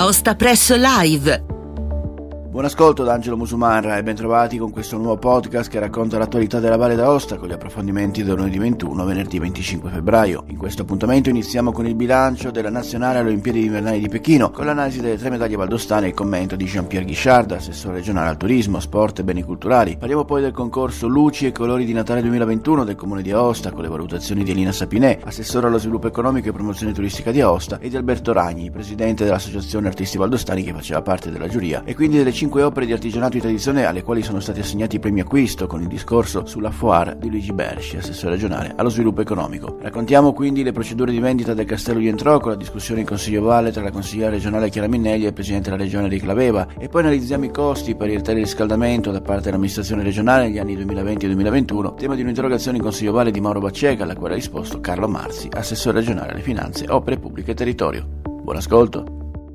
Aosta Press Live. Buon ascolto da Angelo Musumarra e bentrovati con questo nuovo podcast che racconta l'attualità della Valle d'Aosta con gli approfondimenti del lunedì 21, venerdì 25 febbraio. In questo appuntamento iniziamo con il bilancio della Nazionale alle Olimpiadi invernali di Pechino, con l'analisi delle 3 medaglie valdostane e il commento di Jean-Pierre Guichard, assessore regionale al turismo, sport e beni culturali. Parliamo poi del concorso Luci e Colori di Natale 2021 del Comune di Aosta, con le valutazioni di Elina Sapinè, assessore allo sviluppo economico e promozione turistica di Aosta, e di Alberto Ragni, presidente dell'Associazione Artisti Valdostani, che faceva parte della giuria, e quindi delle 5 opere di artigianato di tradizione alle quali sono stati assegnati i premi acquisto, con il discorso sulla Foire di Luigi Bersci, assessore regionale allo sviluppo economico. Raccontiamo quindi le procedure di vendita del Castello di Entroco, la discussione in Consiglio Valle tra la consigliera regionale Chiara Minnelli e il presidente della regione Enrico Laveva, e poi analizziamo i costi per il teleriscaldamento da parte dell'amministrazione regionale negli anni 2020 e 2021, tema di un'interrogazione in Consiglio Valle di Mauro Bacceca, alla quale ha risposto Carlo Marzi, assessore regionale alle finanze, opere pubbliche e territorio. Buon ascolto.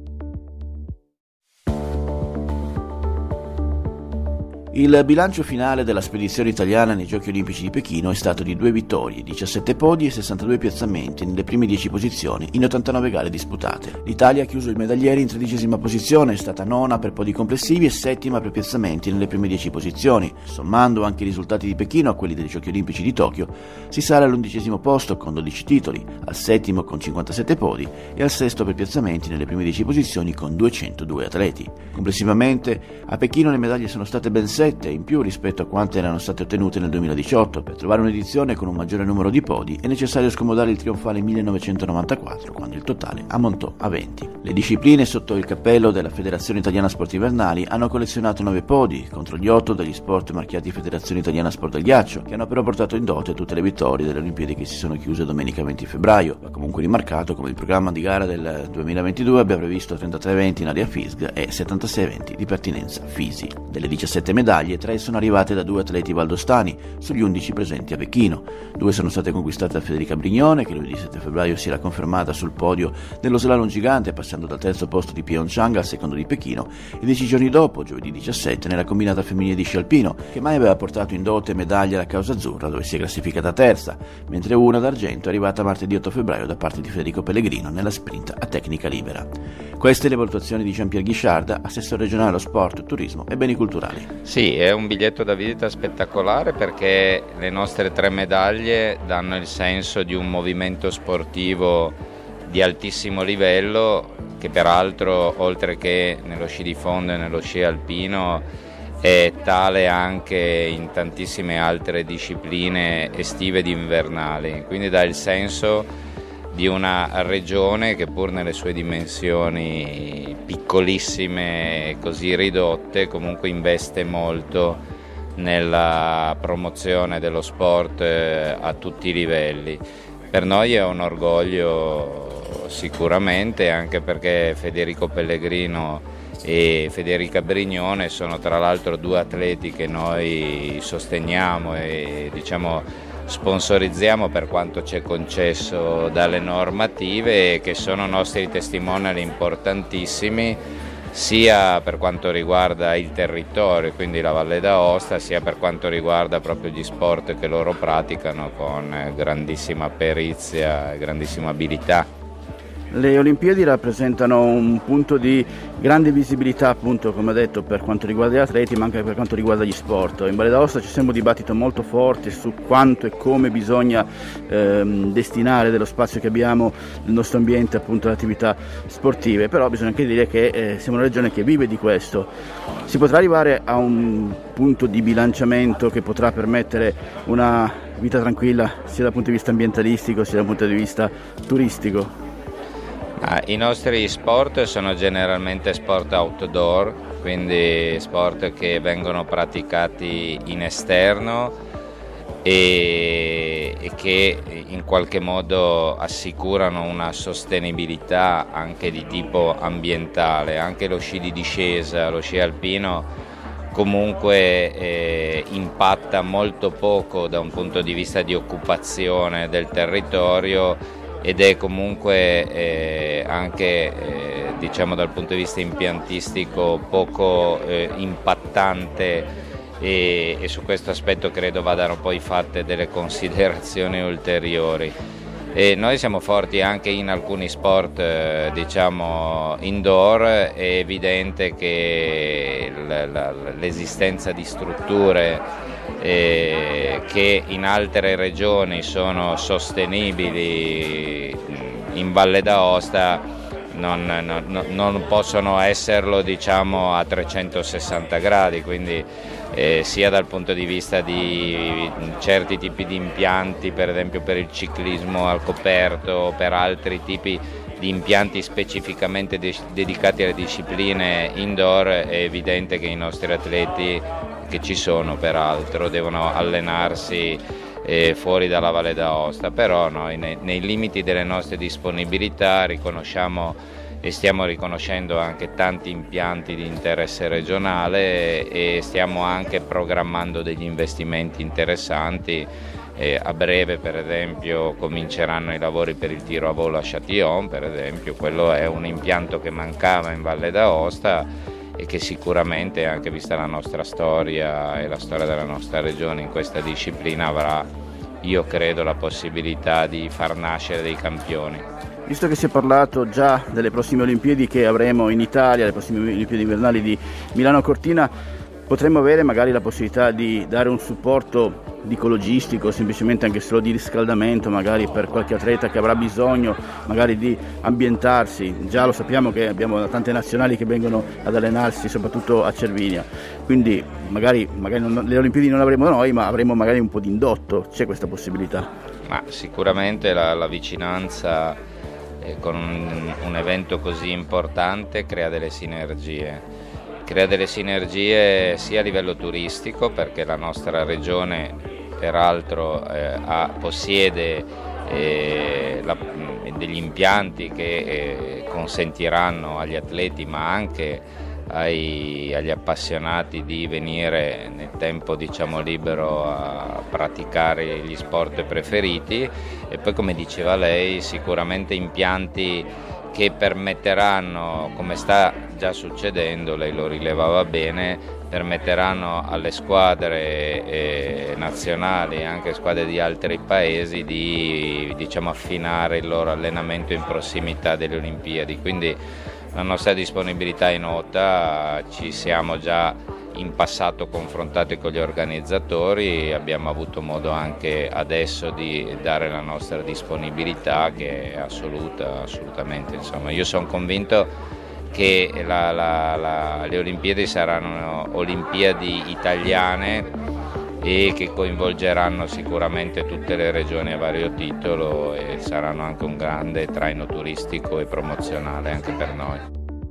Il bilancio finale della spedizione italiana nei Giochi Olimpici di Pechino è stato di 2 vittorie, 17 podi e 62 piazzamenti nelle prime 10 posizioni in 89 gare disputate. L'Italia ha chiuso i medaglieri in 13ª posizione, è stata nona per podi complessivi e 7ª per piazzamenti nelle prime 10 posizioni. Sommando anche i risultati di Pechino a quelli dei Giochi Olimpici di Tokyo, si sale all'11° posto con 12 titoli, al 7° con 57 podi e al 6° per piazzamenti nelle prime 10 posizioni con 202 atleti. Complessivamente a Pechino le medaglie sono state ben 7 in più rispetto a quante erano state ottenute nel 2018. Per trovare un'edizione con un maggiore numero di podi è necessario scomodare il trionfale 1994, quando il totale ammontò a 20. Le discipline sotto il cappello della Federazione Italiana Sport Invernali hanno collezionato 9 podi contro gli 8 degli sport marchiati Federazione Italiana Sport del Ghiaccio, che hanno però portato in dote tutte le vittorie delle Olimpiadi che si sono chiuse domenica 20 febbraio. Va comunque rimarcato come il programma di gara del 2022 abbia previsto 33 eventi in area FISG e 76 eventi di pertinenza FISI. Delle 17 medaglie, 3 sono arrivate da 2 atleti valdostani sugli 11 presenti a Pechino. 2 sono state conquistate da Federica Brignone, che lunedì 7 febbraio si era confermata sul podio dello slalom gigante, passando dal 3° posto di Pyeongchang al 2° di Pechino, e 10 giorni dopo, giovedì 17, nella combinata femminile di sci alpino, che mai aveva portato in dote medaglia alla causa azzurra, dove si è classificata terza, mentre una d'argento è arrivata martedì 8 febbraio da parte di Federico Pellegrino nella sprint a tecnica libera. Queste le valutazioni di Jean-Pierre Guichard, assessore regionale allo sport, turismo e beni culturali. Sì, è un biglietto da visita spettacolare perché le nostre 3 medaglie danno il senso di un movimento sportivo di altissimo livello, che peraltro, oltre che nello sci di fondo e nello sci alpino, è tale anche in tantissime altre discipline estive ed invernali. Quindi dà il senso di una regione che, pur nelle sue dimensioni piccolissime e così ridotte, comunque investe molto nella promozione dello sport a tutti i livelli. Per noi è un orgoglio sicuramente, anche perché Federico Pellegrino e Federica Brignone sono tra l'altro 2 atleti che noi sosteniamo e sponsorizziamo per quanto ci è concesso dalle normative, e che sono nostri testimonial importantissimi sia per quanto riguarda il territorio, quindi la Valle d'Aosta, sia per quanto riguarda proprio gli sport che loro praticano con grandissima perizia e grandissima abilità. Le Olimpiadi rappresentano un punto di grande visibilità, appunto, come detto, per quanto riguarda gli atleti, ma anche per quanto riguarda gli sport. In Valle d'Aosta c'è sempre un dibattito molto forte su quanto e come bisogna destinare dello spazio che abbiamo nel nostro ambiente, appunto, alle attività sportive, però bisogna anche dire che siamo una regione che vive di questo. Si potrà arrivare a un punto di bilanciamento che potrà permettere una vita tranquilla sia dal punto di vista ambientalistico sia dal punto di vista turistico? I nostri sport sono generalmente sport outdoor, quindi sport che vengono praticati in esterno e che in qualche modo assicurano una sostenibilità anche di tipo ambientale. Anche lo sci di discesa, lo sci alpino comunque impatta molto poco da un punto di vista di occupazione del territorio, ed è comunque anche dal punto di vista impiantistico poco impattante, e su questo aspetto credo vadano poi fatte delle considerazioni ulteriori. E noi siamo forti anche in alcuni sport diciamo indoor. È evidente che l'esistenza di strutture che in altre regioni sono sostenibili in Valle d'Aosta non possono esserlo, diciamo, a 360 gradi, quindi sia dal punto di vista di certi tipi di impianti, per esempio per il ciclismo al coperto, per altri tipi di impianti specificamente dedicati alle discipline indoor. È evidente che i nostri atleti, che ci sono peraltro, devono allenarsi fuori dalla Valle d'Aosta, però noi nei limiti delle nostre disponibilità riconosciamo e stiamo riconoscendo anche tanti impianti di interesse regionale e stiamo anche programmando degli investimenti interessanti. A breve, per esempio, cominceranno i lavori per il tiro a volo a Châtillon, per esempio. Quello è un impianto che mancava in Valle d'Aosta e che sicuramente, anche vista la nostra storia e la storia della nostra regione in questa disciplina, avrà, io credo, la possibilità di far nascere dei campioni. Visto che si è parlato già delle prossime Olimpiadi che avremo in Italia, le prossime Olimpiadi invernali di Milano Cortina, potremmo avere magari la possibilità di dare un supporto ecologistico, semplicemente anche solo di riscaldamento, magari per qualche atleta che avrà bisogno magari di ambientarsi. Già lo sappiamo che abbiamo tante nazionali che vengono ad allenarsi soprattutto a Cervinia, quindi magari le Olimpiadi non avremo noi, ma avremo magari un po' di indotto. C'è questa possibilità? Ma sicuramente la vicinanza con un evento così importante crea delle sinergie sia a livello turistico, perché la nostra regione peraltro possiede degli impianti che consentiranno agli atleti, ma anche agli appassionati, di venire nel tempo, diciamo, libero a praticare gli sport preferiti. E poi, come diceva lei, sicuramente impianti che permetteranno, come sta già succedendo, lei lo rilevava bene, permetteranno alle squadre nazionali e anche squadre di altri paesi di, diciamo, affinare il loro allenamento in prossimità delle Olimpiadi. Quindi la nostra disponibilità è nota, ci siamo già in passato confrontati con gli organizzatori, abbiamo avuto modo anche adesso di dare la nostra disponibilità, che è assolutamente. Insomma, io sono convinto che le Olimpiadi saranno Olimpiadi italiane e che coinvolgeranno sicuramente tutte le regioni a vario titolo e saranno anche un grande traino turistico e promozionale anche per noi.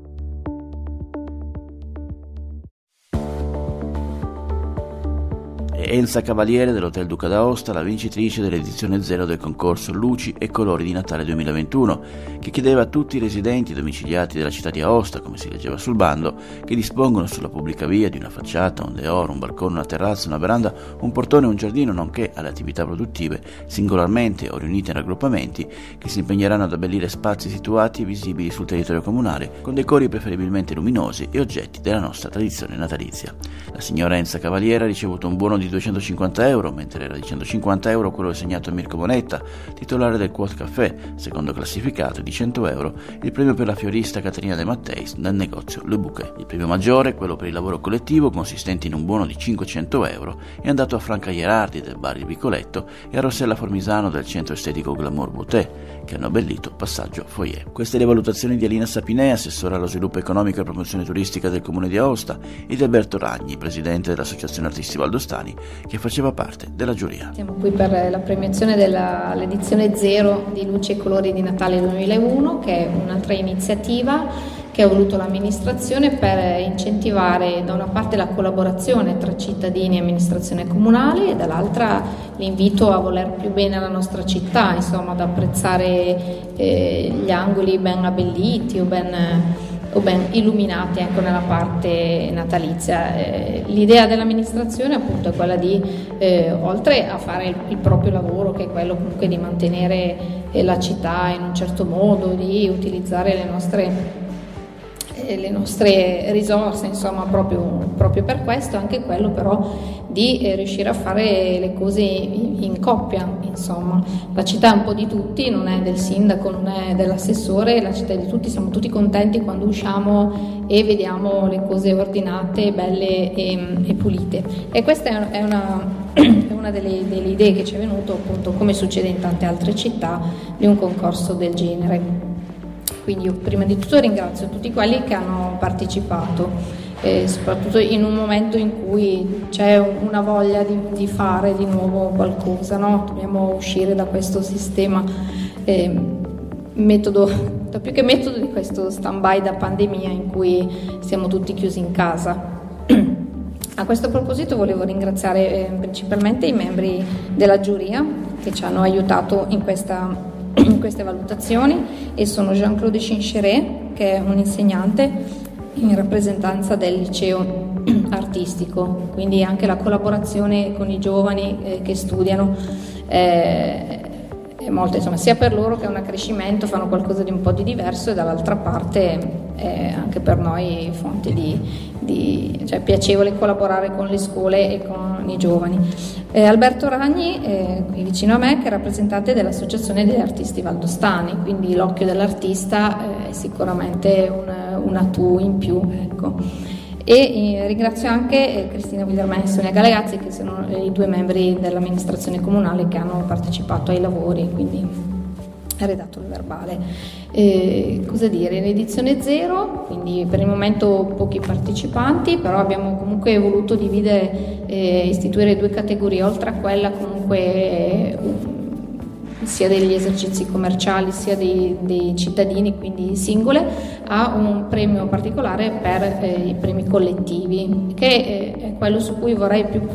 Elsa Cavaliere dell'Hotel Duca d'Aosta, la vincitrice dell'edizione 0 del concorso Luci e Colori di Natale 2021, che chiedeva a tutti i residenti domiciliati della città di Aosta, come si leggeva sul bando, che dispongono sulla pubblica via di una facciata, un deor, un balcone, una terrazza, una veranda, un portone e un giardino, nonché alle attività produttive, singolarmente o riunite in raggruppamenti, che si impegneranno ad abbellire spazi situati e visibili sul territorio comunale, con decori preferibilmente luminosi e oggetti della nostra tradizione natalizia. La signora Elsa Cavaliere ha ricevuto un buono di 250 euro, mentre era di 150 euro quello assegnato a Mirko Bonetta, titolare del Quote Café, secondo classificato, e di 100 euro il premio per la fiorista Caterina De Matteis nel negozio Le Bouquet. Il premio maggiore, quello per il lavoro collettivo, consistente in un buono di 500 euro, è andato a Franca Ierardi del bar Il Vicoletto e a Rossella Formisano del centro estetico Glamour Beauté, che hanno abbellito Passaggio Foyer. Queste le valutazioni di Alina Sapinè, assessore allo sviluppo economico e promozione turistica del Comune di Aosta, e di Alberto Ragni, presidente dell'Associazione Artisti Valdostani, che faceva parte della giuria. Siamo qui per la premiazione dell'edizione 0 di Luci e Colori di Natale 2001, che è un'altra iniziativa che ha voluto l'amministrazione per incentivare da una parte la collaborazione tra cittadini e amministrazione comunale e dall'altra l'invito a voler più bene alla nostra città, insomma, ad apprezzare gli angoli ben abbelliti o ben illuminati, ecco, nella parte natalizia. L'idea dell'amministrazione appunto è quella di, oltre a fare il proprio lavoro, che è quello comunque di mantenere la città in un certo modo, di utilizzare le nostre le nostre risorse, insomma, proprio per questo, anche quello però di riuscire a fare le cose in coppia, insomma. La città è un po' di tutti, non è del sindaco, non è dell'assessore, la città è di tutti, siamo tutti contenti quando usciamo e vediamo le cose ordinate, belle e pulite. E questa è una delle idee che ci è venuto, appunto, come succede in tante altre città, di un concorso del genere. Quindi io prima di tutto ringrazio tutti quelli che hanno partecipato, soprattutto in un momento in cui c'è una voglia di fare di nuovo qualcosa, no? Dobbiamo uscire da questo sistema metodo, più che metodo, di questo stand-by da pandemia in cui siamo tutti chiusi in casa. A questo proposito volevo ringraziare principalmente i membri della giuria che ci hanno aiutato in queste valutazioni, e sono Jean-Claude Chincheret, che è un insegnante in rappresentanza del liceo artistico, quindi anche la collaborazione con i giovani che studiano è molto, insomma, sia per loro che è un accrescimento, fanno qualcosa di un po' di diverso, e dall'altra parte è anche per noi fonte cioè piacevole collaborare con le scuole e con i giovani. Alberto Ragni, qui vicino a me, che è rappresentante dell'Associazione degli Artisti Valdostani, quindi l'occhio dell'artista è sicuramente un atu in più, ecco. E ringrazio anche Cristina Guillermini e Sonia Galeazzi, che sono i due membri dell'amministrazione comunale che hanno partecipato ai lavori, quindi ha redatto il verbale. Cosa dire? L'edizione 0, quindi per il momento pochi partecipanti, però abbiamo comunque voluto dividere, istituire due categorie, oltre a quella comunque sia degli esercizi commerciali sia dei cittadini, quindi singole, a un premio particolare per i premi collettivi, che è quello su cui vorrei più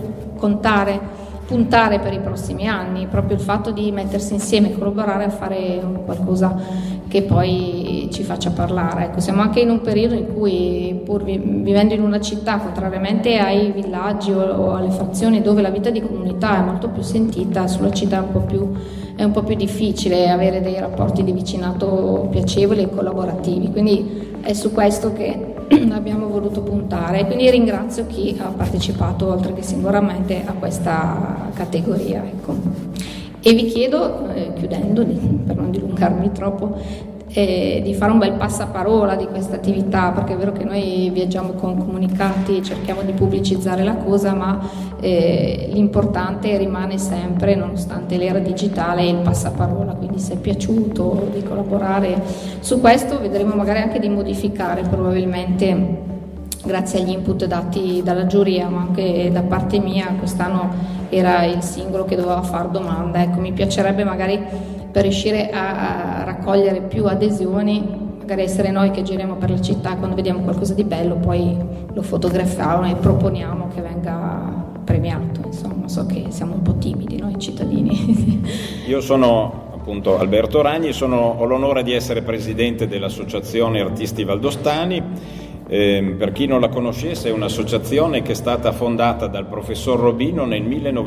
puntare per i prossimi anni, proprio il fatto di mettersi insieme, collaborare a fare qualcosa che poi ci faccia parlare. Ecco, siamo anche in un periodo in cui, pur vivendo in una città, contrariamente ai villaggi o alle frazioni dove la vita di comunità è molto più sentita, sulla città è un po' più difficile avere dei rapporti di vicinato piacevoli e collaborativi, quindi è su questo che abbiamo voluto puntare. Quindi ringrazio chi ha partecipato, oltre che singolarmente, a questa categoria, ecco. E vi chiedo, chiudendo, per non dilungarmi troppo, di fare un bel passaparola di questa attività, perché è vero che noi viaggiamo con comunicati, cerchiamo di pubblicizzare la cosa, ma l'importante rimane sempre, nonostante l'era digitale, il passaparola. Quindi se è piaciuto di collaborare su questo, vedremo magari anche di modificare, probabilmente grazie agli input dati dalla giuria, ma anche da parte mia. Quest'anno era il singolo che doveva fare domanda, ecco, mi piacerebbe magari, per riuscire a raccogliere più adesioni, magari essere noi che giriamo per la città, quando vediamo qualcosa di bello poi lo fotografiamo e proponiamo che venga premiato. Insomma, so che siamo un po' timidi noi cittadini. Io sono appunto Alberto Ragni, ho l'onore di essere presidente dell'Associazione Artisti Valdostani. Per chi non la conoscesse, è un'associazione che è stata fondata dal professor Robino nel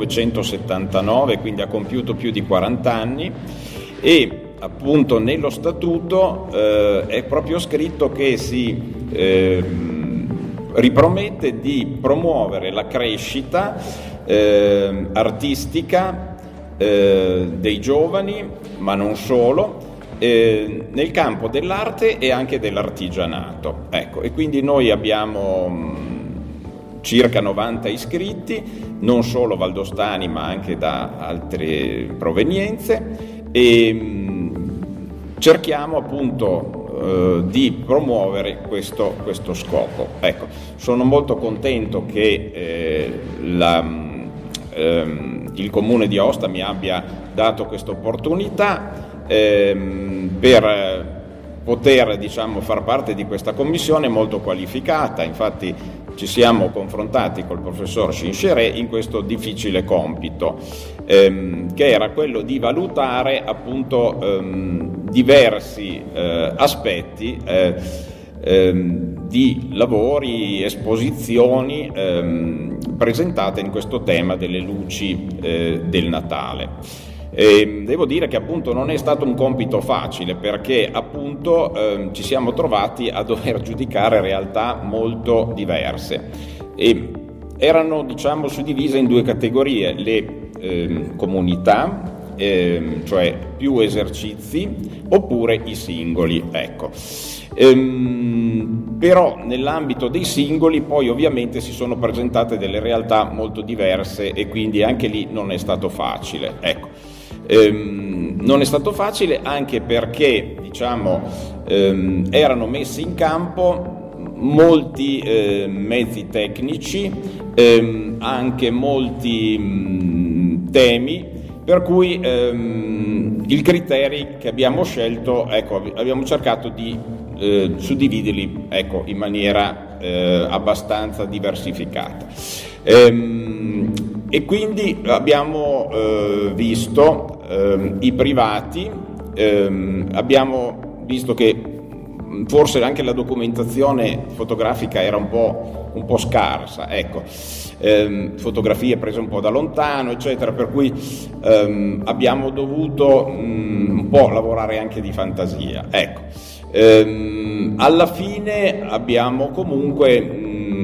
1979, quindi ha compiuto più di 40 anni, e appunto nello statuto è proprio scritto che si ripromette di promuovere la crescita artistica dei giovani, ma non solo, nel campo dell'arte e anche dell'artigianato. Ecco, e quindi noi abbiamo circa 90 iscritti, non solo valdostani ma anche da altre provenienze, e cerchiamo appunto di promuovere questo scopo. Ecco, sono molto contento che il Comune di Aosta mi abbia dato questa opportunità per poter, diciamo, far parte di questa commissione molto qualificata. Infatti ci siamo confrontati col professor Chincheret in questo difficile compito, che era quello di valutare appunto diversi aspetti di lavori, esposizioni presentate in questo tema delle luci del Natale. Devo dire che appunto non è stato un compito facile, perché appunto ci siamo trovati a dover giudicare realtà molto diverse e erano, diciamo, suddivise in due categorie: le comunità, cioè più esercizi, oppure i singoli, ecco. Però nell'ambito dei singoli poi ovviamente si sono presentate delle realtà molto diverse e quindi anche lì non è stato facile, ecco. Non è stato facile anche perché, diciamo, erano messi in campo molti mezzi tecnici, anche molti temi, per cui i criteri che abbiamo scelto, ecco, abbiamo cercato di suddividerli, ecco, in maniera abbastanza diversificata. E quindi abbiamo visto i privati, abbiamo visto che forse anche la documentazione fotografica era un po' scarsa, ecco, fotografie prese un po' da lontano, eccetera, per cui abbiamo dovuto un po' lavorare anche di fantasia, ecco. Alla fine abbiamo comunque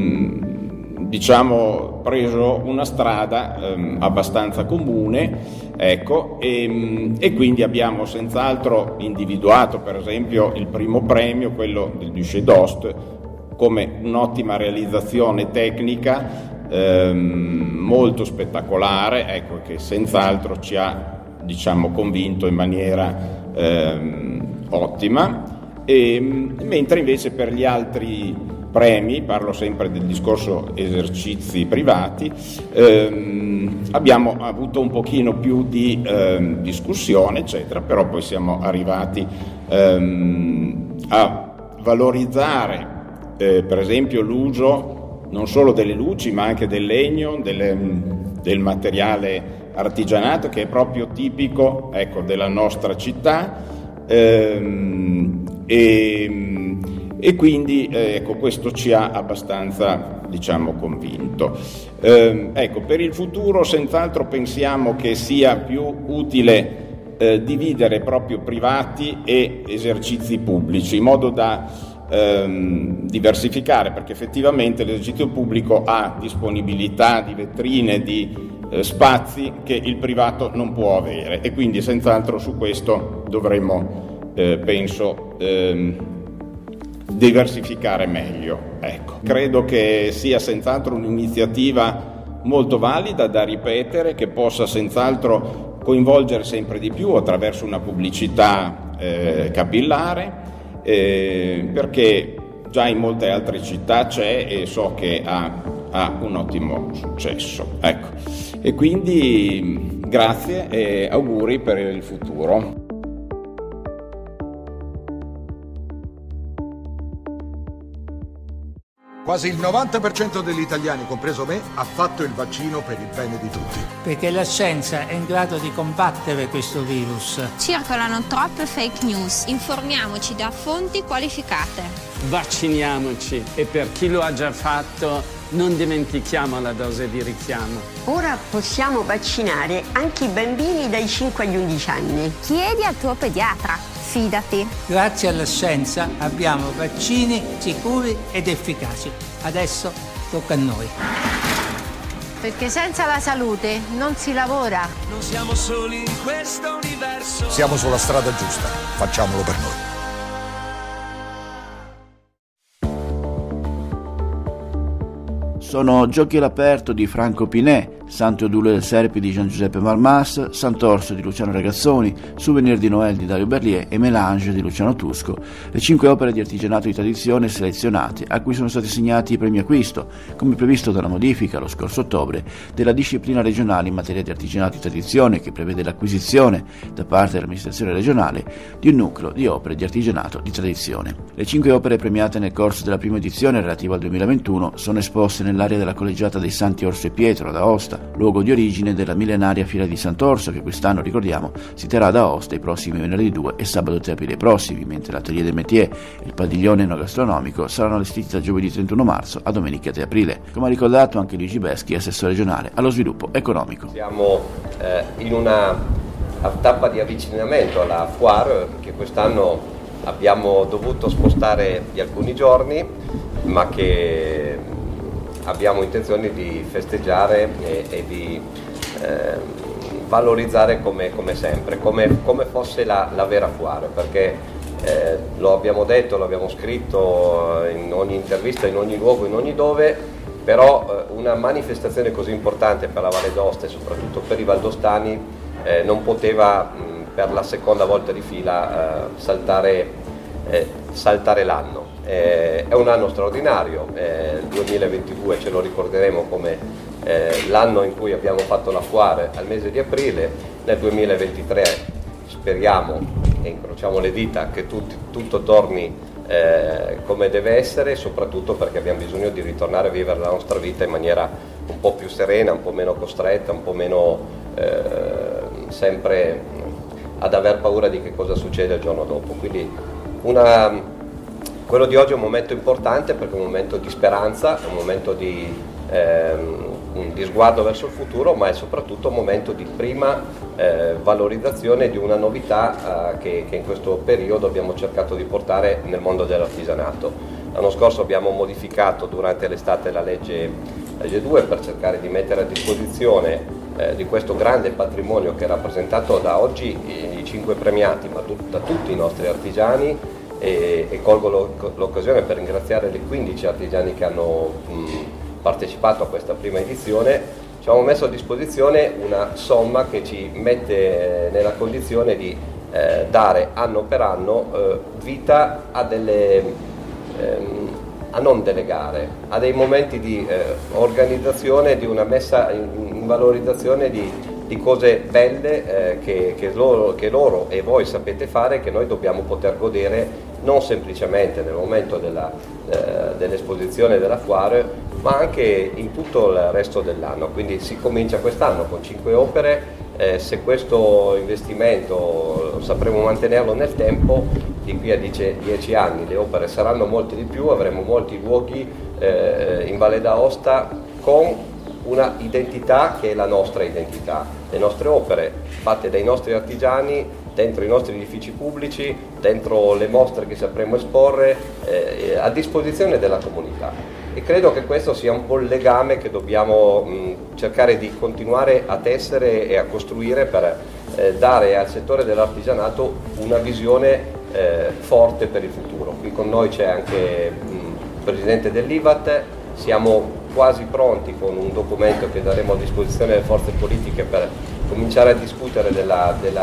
diciamo preso una strada abbastanza comune, ecco, e quindi abbiamo senz'altro individuato per esempio il primo premio, quello del Duché d'Ost, come un'ottima realizzazione tecnica, molto spettacolare, ecco, che senz'altro ci ha, diciamo, convinto in maniera ottima. Mentre invece per gli altri premi, parlo sempre del discorso esercizi privati, abbiamo avuto un pochino più di discussione, eccetera, però poi siamo arrivati a valorizzare per esempio l'uso non solo delle luci ma anche del legno, del materiale artigianato che è proprio tipico, ecco, della nostra città. E quindi ecco, questo ci ha abbastanza, diciamo, convinto. Ecco, per il futuro senz'altro pensiamo che sia più utile dividere proprio privati e esercizi pubblici, in modo da diversificare, perché effettivamente l'esercizio pubblico ha disponibilità di vetrine, di spazi che il privato non può avere, e quindi senz'altro su questo dovremmo, penso, diversificare meglio. Ecco. Credo che sia senz'altro un'iniziativa molto valida da ripetere, che possa senz'altro coinvolgere sempre di più attraverso una pubblicità capillare, perché già in molte altre città c'è e so che ha un ottimo successo. Ecco. E quindi grazie e auguri per il futuro. Quasi il 90% degli italiani, compreso me, ha fatto il vaccino per il bene di tutti. Perché la scienza è in grado di combattere questo virus. Circolano troppe fake news. Informiamoci da fonti qualificate. Vacciniamoci e per chi lo ha già fatto non dimentichiamo la dose di richiamo. Ora possiamo vaccinare anche i bambini dai 5 agli 11 anni. Chiedi al tuo pediatra. Fidati. Grazie alla scienza abbiamo vaccini sicuri ed efficaci. Adesso tocca a noi. Perché senza la salute non si lavora. Non siamo soli in questo universo. Siamo sulla strada giusta. Facciamolo per noi. Sono Giochi all'aperto di Franco Pinè, Santo Odule del Serpi di Gian Giuseppe Marmas, Sant'Orso di Luciano Ragazzoni, Souvenir di Noël di Dario Berlier e Mélange di Luciano Tusco, le 5 opere di artigianato di tradizione selezionate, a cui sono stati assegnati i premi acquisto, come previsto dalla modifica lo scorso ottobre della disciplina regionale in materia di artigianato di tradizione, che prevede l'acquisizione da parte dell'amministrazione regionale di un nucleo di opere di artigianato di tradizione. Le 5 opere premiate nel corso della prima edizione relativa al 2021 sono esposte nell'area della collegiata dei Santi Orso e Pietro ad Aosta, luogo di origine della millenaria Fiera di Sant'Orso, che quest'anno, ricordiamo, si terrà ad Aosta i prossimi venerdì 2 e sabato 3 aprile prossimi, mentre l'Atelier des Métiers e il padiglione enogastronomico saranno allestiti da giovedì 31 marzo a domenica 3 aprile, come ha ricordato anche Luigi Beschi, assessore regionale allo sviluppo economico. Siamo in una tappa di avvicinamento alla Foire, che quest'anno abbiamo dovuto spostare di alcuni giorni, ma che abbiamo intenzione di festeggiare e di valorizzare come sempre, come fosse la vera Foire, perché lo abbiamo detto, lo abbiamo scritto in ogni intervista, in ogni luogo, in ogni dove, però una manifestazione così importante per la Valle d'Aosta e soprattutto per i valdostani non poteva per la seconda volta di fila saltare l'anno. È un anno straordinario, il 2022 ce lo ricorderemo come l'anno in cui abbiamo fatto la Foire al mese di aprile. Nel 2023 speriamo e incrociamo le dita che tutto torni come deve essere, soprattutto perché abbiamo bisogno di ritornare a vivere la nostra vita in maniera un po' più serena, un po' meno costretta, un po' meno sempre ad aver paura di che cosa succede il giorno dopo. Quindi quello di oggi è un momento importante perché è un momento di speranza, è un momento di sguardo verso il futuro, ma è soprattutto un momento di prima valorizzazione di una novità che in questo periodo abbiamo cercato di portare nel mondo dell'artigianato. L'anno scorso abbiamo modificato durante l'estate la legge 2 per cercare di mettere a disposizione di questo grande patrimonio che è rappresentato da oggi i 5 premiati, ma da tutti i nostri artigiani, e colgo l'occasione per ringraziare le 15 artigiani che hanno partecipato a questa prima edizione. Ci abbiamo messo a disposizione una somma che ci mette nella condizione di dare anno per anno vita a non delegare, a dei momenti di organizzazione, di una messa in valorizzazione di cose belle che loro e voi sapete fare, che noi dobbiamo poter godere non semplicemente nel momento dell'esposizione della Foire, ma anche in tutto il resto dell'anno. Quindi si comincia quest'anno con 5 opere, se questo investimento sapremo mantenerlo nel tempo, di qui a 10 anni le opere saranno molte di più, avremo molti luoghi in Valle d'Aosta con una identità che è la nostra identità, le nostre opere fatte dai nostri artigiani dentro i nostri edifici pubblici, dentro le mostre che sapremo esporre, a disposizione della comunità. E credo che questo sia un po' il legame che dobbiamo cercare di continuare a tessere e a costruire per dare al settore dell'artigianato una visione forte per il futuro. Qui con noi c'è anche il presidente dell'IVAT, siamo quasi pronti con un documento che daremo a disposizione delle forze politiche per cominciare a discutere di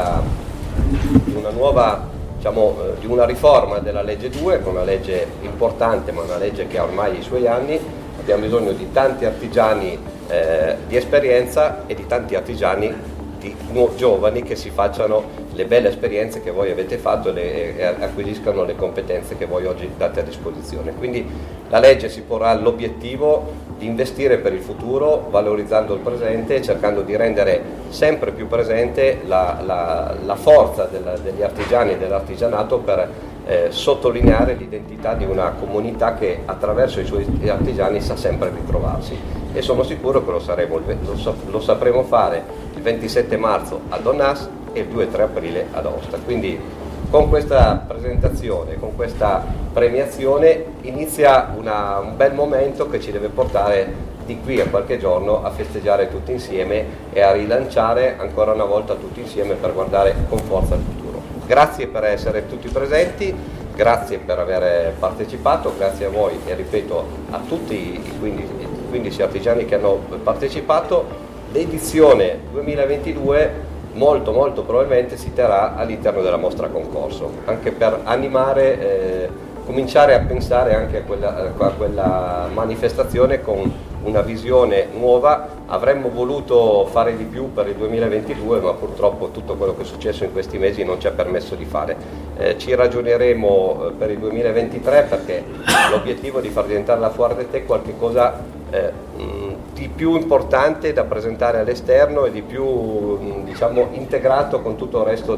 una nuova, di una riforma della legge 2, con una legge importante ma una legge che ha ormai i suoi anni. Abbiamo bisogno di tanti artigiani di esperienza e di tanti artigiani giovani che si facciano le belle esperienze che voi avete fatto e acquisiscano le competenze che voi oggi date a disposizione. Quindi la legge si porrà l'obiettivo di investire per il futuro, valorizzando il presente e cercando di rendere sempre più presente la forza degli artigiani e dell'artigianato per sottolineare l'identità di una comunità che attraverso i suoi artigiani sa sempre ritrovarsi, e sono sicuro che lo sapremo fare il 27 marzo a Donnas e il 2 e 3 aprile ad Aosta. Quindi con questa presentazione, con questa premiazione inizia un bel momento che ci deve portare di qui a qualche giorno a festeggiare tutti insieme e a rilanciare ancora una volta tutti insieme per guardare con forza al futuro. Grazie per essere tutti presenti, grazie per aver partecipato, grazie a voi e ripeto a tutti i 15 artigiani che hanno partecipato. L'edizione 2022 molto probabilmente si terrà all'interno della mostra concorso, anche per animare, cominciare a pensare anche a quella manifestazione con una visione nuova. Avremmo voluto fare di più per il 2022, ma purtroppo tutto quello che è successo in questi mesi non ci ha permesso di fare. Ci ragioneremo per il 2023, perché l'obiettivo è di far diventare la Foire de Te qualcosa di più importante da presentare all'esterno e di più integrato con tutto il resto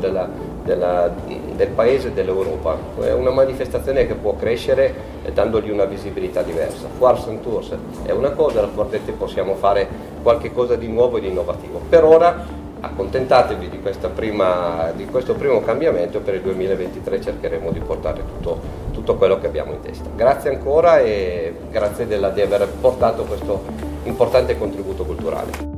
del paese e dell'Europa. È una manifestazione che può crescere dandogli una visibilità diversa. Foire sans Tours è una cosa, la Foire de Te possiamo fare qualche cosa di nuovo e di innovativo. Per ora accontentatevi di questo primo cambiamento. Per il 2023 cercheremo di portare tutto quello che abbiamo in testa. Grazie ancora e grazie di aver portato questo importante contributo culturale.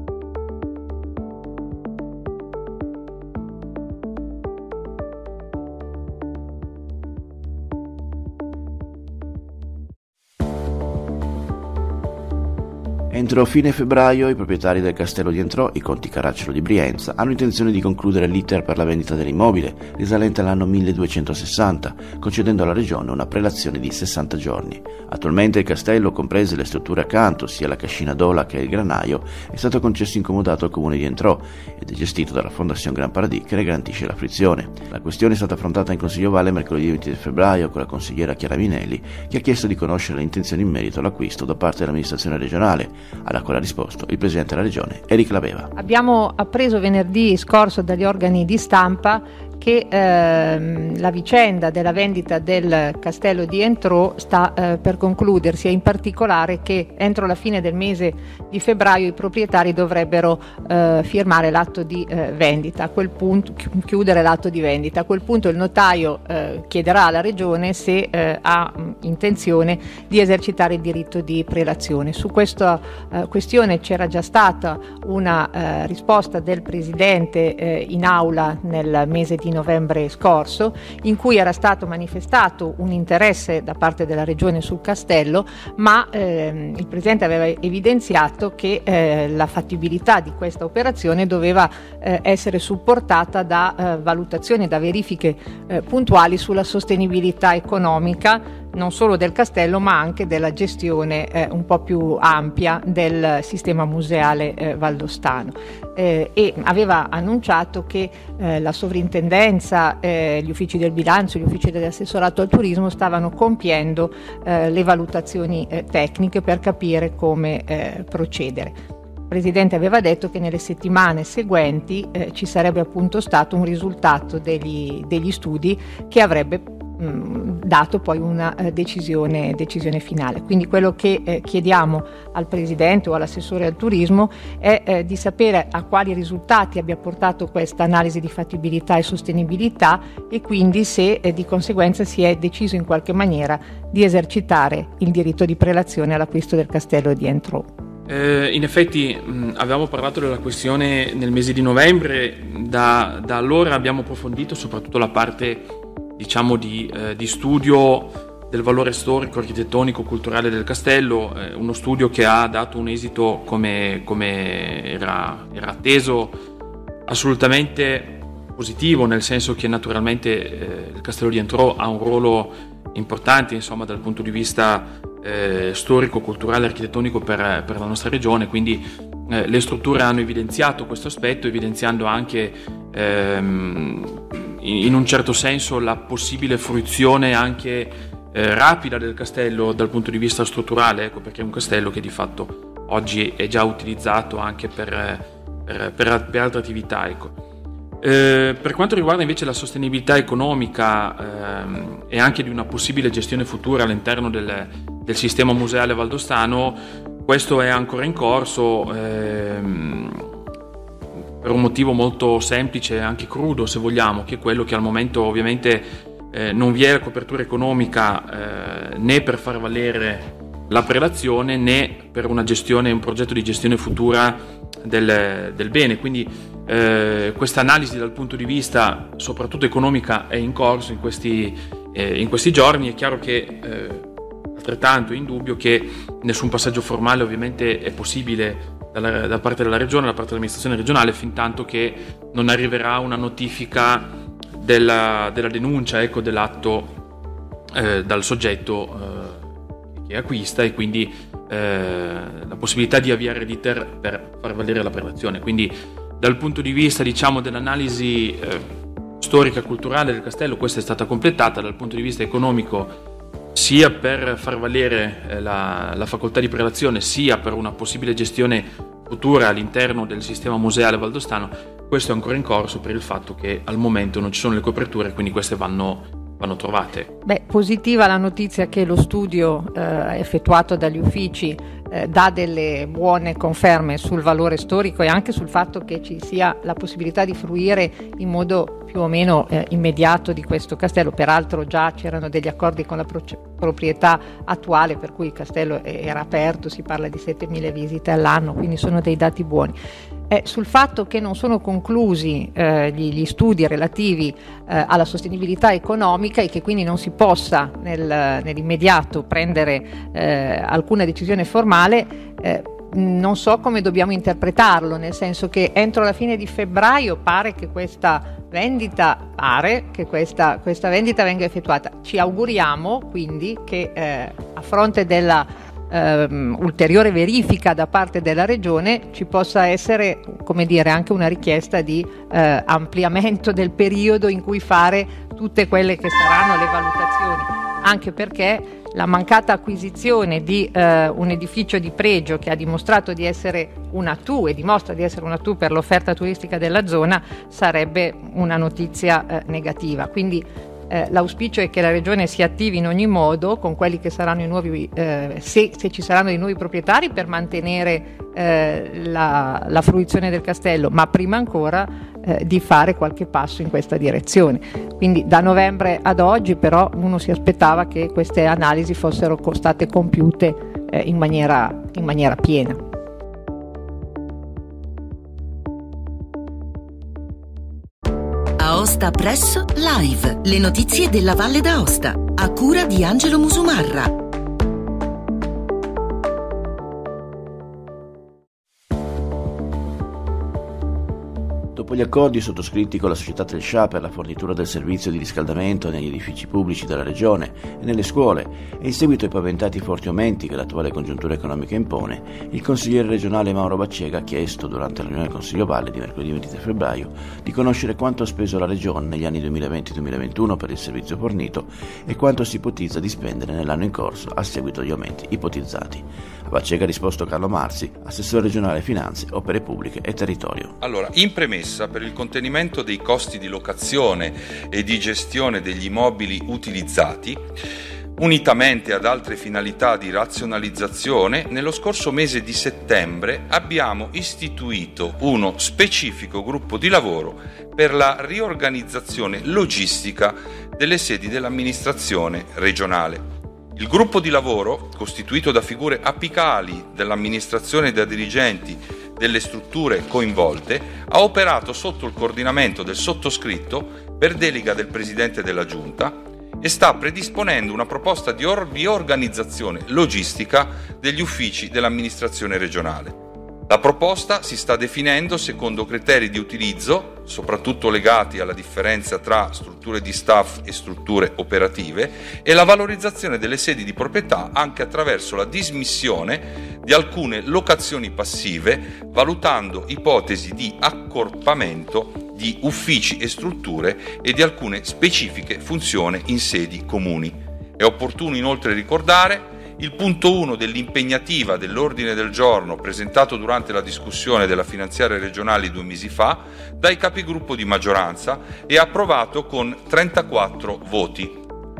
Entro fine febbraio i proprietari del castello di Entrò, i conti Caracciolo di Brienza, hanno intenzione di concludere l'iter per la vendita dell'immobile, risalente all'anno 1260, concedendo alla regione una prelazione di 60 giorni. Attualmente il castello, comprese le strutture accanto, sia la cascina d'ola che il granaio, è stato concesso in comodato al comune di Entrò ed è gestito dalla Fondation Grand Paradis, che ne garantisce la fruizione. La questione è stata affrontata in Consiglio Valle mercoledì 23 febbraio con la consigliera Chiara Minelli, che ha chiesto di conoscere le intenzioni in merito all'acquisto da parte dell'amministrazione regionale, alla quale ha risposto il presidente della regione Eric Laveva. Abbiamo appreso venerdì scorso dagli organi di stampa che la vicenda della vendita del castello di Entrò sta per concludersi, e in particolare che entro la fine del mese di febbraio i proprietari dovrebbero firmare l'atto di vendita, a quel punto chiudere l'atto di vendita. A quel punto il notaio chiederà alla regione se ha intenzione di esercitare il diritto di prelazione. Su questa questione c'era già stata una risposta del presidente in aula nel mese di novembre scorso, in cui era stato manifestato un interesse da parte della regione sul castello, ma il presidente aveva evidenziato che la fattibilità di questa operazione doveva essere supportata da valutazioni, da verifiche puntuali sulla sostenibilità economica non solo del castello ma anche della gestione un po' più ampia del sistema museale valdostano, e aveva annunciato che la sovrintendenza, gli uffici del bilancio, gli uffici dell'assessorato al turismo stavano compiendo le valutazioni tecniche per capire come procedere. Il Presidente aveva detto che nelle settimane seguenti ci sarebbe appunto stato un risultato degli studi che avrebbe dato poi una decisione finale. Quindi quello che chiediamo al Presidente o all'assessore al turismo è di sapere a quali risultati abbia portato questa analisi di fattibilità e sostenibilità, e quindi se di conseguenza si è deciso in qualche maniera di esercitare il diritto di prelazione all'acquisto del castello di Entrò. In effetti avevamo parlato della questione nel mese di novembre, da allora abbiamo approfondito soprattutto la parte, diciamo, di studio del valore storico, architettonico, culturale del castello, uno studio che ha dato un esito come era atteso, assolutamente positivo, nel senso che naturalmente il castello di Entrò ha un ruolo importante, insomma, dal punto di vista storico, culturale, architettonico per la nostra regione. Quindi le strutture hanno evidenziato questo aspetto, evidenziando anche in un certo senso la possibile fruizione anche rapida del castello dal punto di vista strutturale, ecco perché è un castello che di fatto oggi è già utilizzato anche per altre attività, ecco. Per quanto riguarda invece la sostenibilità economica e anche di una possibile gestione futura all'interno del sistema museale valdostano, questo è ancora in corso per un motivo molto semplice e anche crudo, se vogliamo, che è quello che al momento ovviamente non vi è la copertura economica né per far valere la prelazione né per un progetto di gestione futura del bene. Quindi questa analisi dal punto di vista soprattutto economica è in corso in questi giorni. È chiaro che altrettanto è indubbio che nessun passaggio formale ovviamente è possibile da parte della regione, da parte dell'amministrazione regionale, fin tanto che non arriverà una notifica della denuncia, ecco, dell'atto dal soggetto che acquista, e quindi la possibilità di avviare l'iter per far valere la prelazione. Quindi dal punto di vista, diciamo, dell'analisi storica culturale del castello, questa è stata completata. Dal punto di vista economico, sia per far valere la facoltà di prelazione, sia per una possibile gestione futura all'interno del sistema museale valdostano, questo è ancora in corso per il fatto che al momento non ci sono le coperture, quindi queste vanno vanno trovate? Positiva la notizia che lo studio effettuato dagli uffici dà delle buone conferme sul valore storico e anche sul fatto che ci sia la possibilità di fruire in modo più o meno immediato di questo castello. Peraltro già c'erano degli accordi con la proprietà attuale, per cui il castello era aperto, si parla di 7.000 visite all'anno, quindi sono dei dati buoni. Sul fatto che non sono conclusi gli studi relativi alla sostenibilità economica e che quindi non si possa nell'immediato prendere alcuna decisione formale, non so come dobbiamo interpretarlo, nel senso che entro la fine di febbraio pare che questa vendita venga effettuata. Ci auguriamo quindi che a fronte della ulteriore verifica da parte della Regione ci possa essere, come dire, anche una richiesta di ampliamento del periodo in cui fare tutte quelle che saranno le valutazioni, anche perché la mancata acquisizione di un edificio di pregio che ha dimostrato di essere una ATU e dimostra di essere una ATU per l'offerta turistica della zona sarebbe una notizia negativa. Quindi l'auspicio è che la Regione si attivi in ogni modo con quelli che saranno i nuovi, se ci saranno dei nuovi proprietari, per mantenere la fruizione del castello, ma prima ancora di fare qualche passo in questa direzione. Quindi da novembre ad oggi però uno si aspettava che queste analisi fossero state compiute in maniera piena. Aosta Press Live, le notizie della Valle d'Aosta, a cura di Angelo Musumarra. Dopo gli accordi sottoscritti con la società Telscià per la fornitura del servizio di riscaldamento negli edifici pubblici della Regione e nelle scuole e in seguito ai paventati forti aumenti che l'attuale congiuntura economica impone, il consigliere regionale Mauro Baccega ha chiesto durante la riunione del Consiglio Valle di mercoledì 23 febbraio di conoscere quanto ha speso la Regione negli anni 2020-2021 per il servizio fornito e quanto si ipotizza di spendere nell'anno in corso a seguito degli aumenti ipotizzati. A Baccega ha risposto Carlo Marzi, assessore regionale Finanze, Opere Pubbliche e Territorio. Allora, in premessa, per il contenimento dei costi di locazione e di gestione degli immobili utilizzati, unitamente ad altre finalità di razionalizzazione, nello scorso mese di settembre abbiamo istituito uno specifico gruppo di lavoro per la riorganizzazione logistica delle sedi dell'amministrazione regionale. Il gruppo di lavoro, costituito da figure apicali dell'amministrazione e da dirigenti delle strutture coinvolte, ha operato sotto il coordinamento del sottoscritto per delega del Presidente della Giunta e sta predisponendo una proposta di riorganizzazione logistica degli uffici dell'amministrazione regionale. La proposta si sta definendo secondo criteri di utilizzo, soprattutto legati alla differenza tra strutture di staff e strutture operative, e la valorizzazione delle sedi di proprietà anche attraverso la dismissione di alcune locazioni passive, valutando ipotesi di accorpamento di uffici e strutture e di alcune specifiche funzioni in sedi comuni. È opportuno inoltre ricordare il punto 1 dell'impegnativa dell'ordine del giorno presentato durante la discussione della finanziaria regionale 2 mesi fa dai capigruppo di maggioranza e approvato con 34 voti.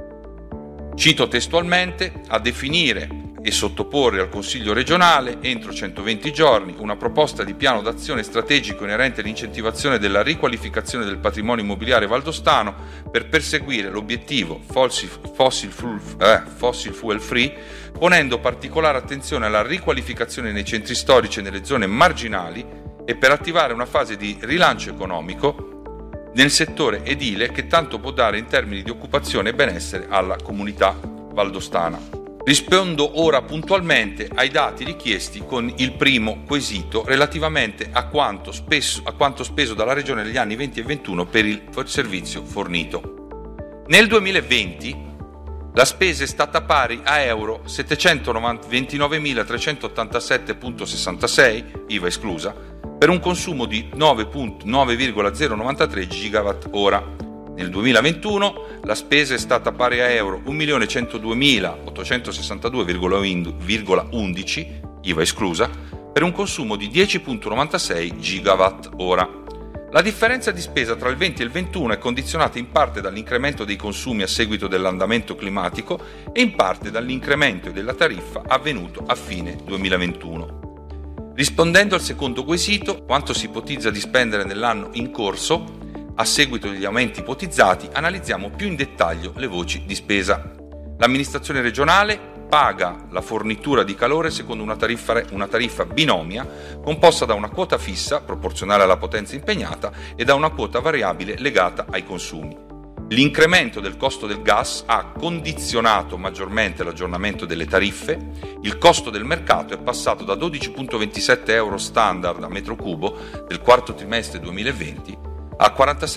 Cito testualmente: a definire e sottoporre al Consiglio regionale entro 120 giorni una proposta di piano d'azione strategico inerente all'incentivazione della riqualificazione del patrimonio immobiliare valdostano per perseguire l'obiettivo fossil fuel free, ponendo particolare attenzione alla riqualificazione nei centri storici e nelle zone marginali e per attivare una fase di rilancio economico nel settore edile che tanto può dare in termini di occupazione e benessere alla comunità valdostana. Rispondo ora puntualmente ai dati richiesti con il primo quesito relativamente a quanto speso dalla Regione negli anni 20 e 21 per il servizio fornito. Nel 2020 la spesa è stata pari a euro 729.387,66, IVA esclusa, per un consumo di 9,093 GWh. Nel 2021 la spesa è stata pari a euro 1.102.862,11, IVA esclusa, per un consumo di 10,96 GWh. La differenza di spesa tra il 20 e il 21 è condizionata in parte dall'incremento dei consumi a seguito dell'andamento climatico e in parte dall'incremento della tariffa avvenuto a fine 2021. Rispondendo al secondo quesito, quanto si ipotizza di spendere nell'anno in corso, a seguito degli aumenti ipotizzati, analizziamo più in dettaglio le voci di spesa. L'amministrazione regionale paga la fornitura di calore secondo una tariffa binomia composta da una quota fissa, proporzionale alla potenza impegnata, e da una quota variabile legata ai consumi. L'incremento del costo del gas ha condizionato maggiormente l'aggiornamento delle tariffe. Il costo del mercato è passato da 12,27 euro standard a metro cubo del quarto trimestre 2020 a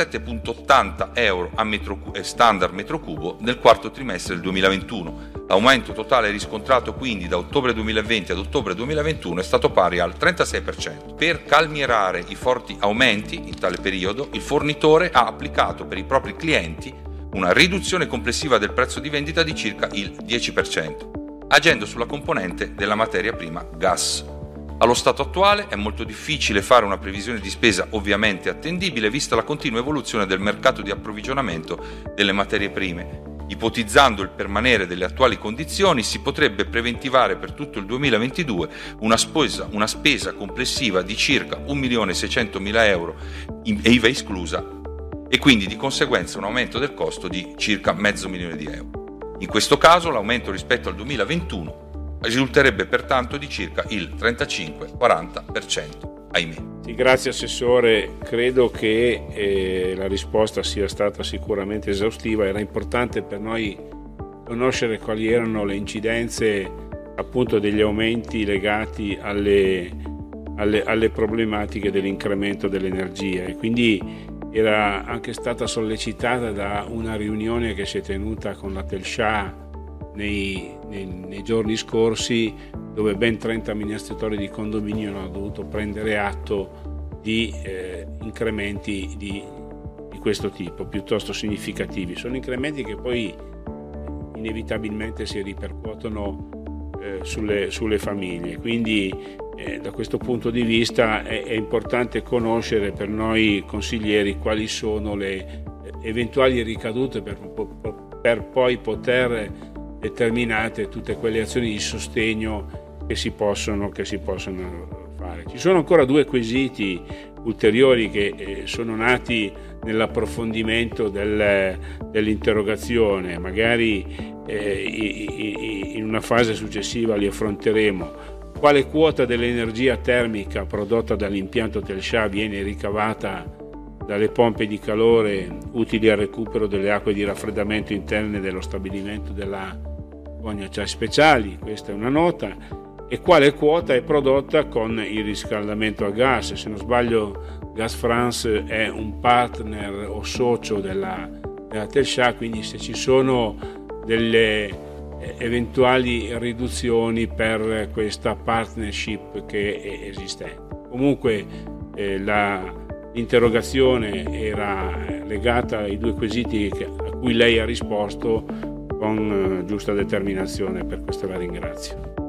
47,80 euro a standard metro cubo nel quarto trimestre del 2021. L'aumento totale riscontrato quindi da ottobre 2020 ad ottobre 2021 è stato pari al 36%. Per calmierare i forti aumenti in tale periodo, il fornitore ha applicato per i propri clienti una riduzione complessiva del prezzo di vendita di circa il 10%, agendo sulla componente della materia prima gas. Allo stato attuale è molto difficile fare una previsione di spesa ovviamente attendibile vista la continua evoluzione del mercato di approvvigionamento delle materie prime. Ipotizzando il permanere delle attuali condizioni, si potrebbe preventivare per tutto il 2022 una spesa complessiva di circa 1.600.000 euro, IVA esclusa, e quindi di conseguenza un aumento del costo di circa $500.000 di euro. In questo caso l'aumento rispetto al 2021 risulterebbe pertanto di circa il 35-40%, ahimè. Sì, grazie Assessore, credo che la risposta sia stata sicuramente esaustiva. Era importante per noi conoscere quali erano le incidenze appunto degli aumenti legati alle problematiche dell'incremento dell'energia, e quindi era anche stata sollecitata da una riunione che si è tenuta con la Telstar nei giorni scorsi, dove ben 30 amministratori di condominio hanno dovuto prendere atto di incrementi di questo tipo piuttosto significativi. Sono incrementi che poi inevitabilmente si ripercuotono sulle famiglie, quindi da questo punto di vista è importante conoscere per noi consiglieri quali sono le eventuali ricadute per poi poter determinate tutte quelle azioni di sostegno che si possono fare. Ci sono ancora due quesiti ulteriori che sono nati nell'approfondimento dell'interrogazione, magari in una fase successiva li affronteremo. Quale quota dell'energia termica prodotta dall'impianto Telstar viene ricavata dalle pompe di calore utili al recupero delle acque di raffreddamento interne dello stabilimento della Cogna Acciai Speciali? Questa è una nota. E quale quota è prodotta con il riscaldamento a gas? Se non sbaglio, Gas France è un partner o socio della Telstar, quindi se ci sono delle eventuali riduzioni per questa partnership che è esistente. Comunque l'interrogazione era legata ai due quesiti a cui lei ha risposto con giusta determinazione, per questo la ringrazio.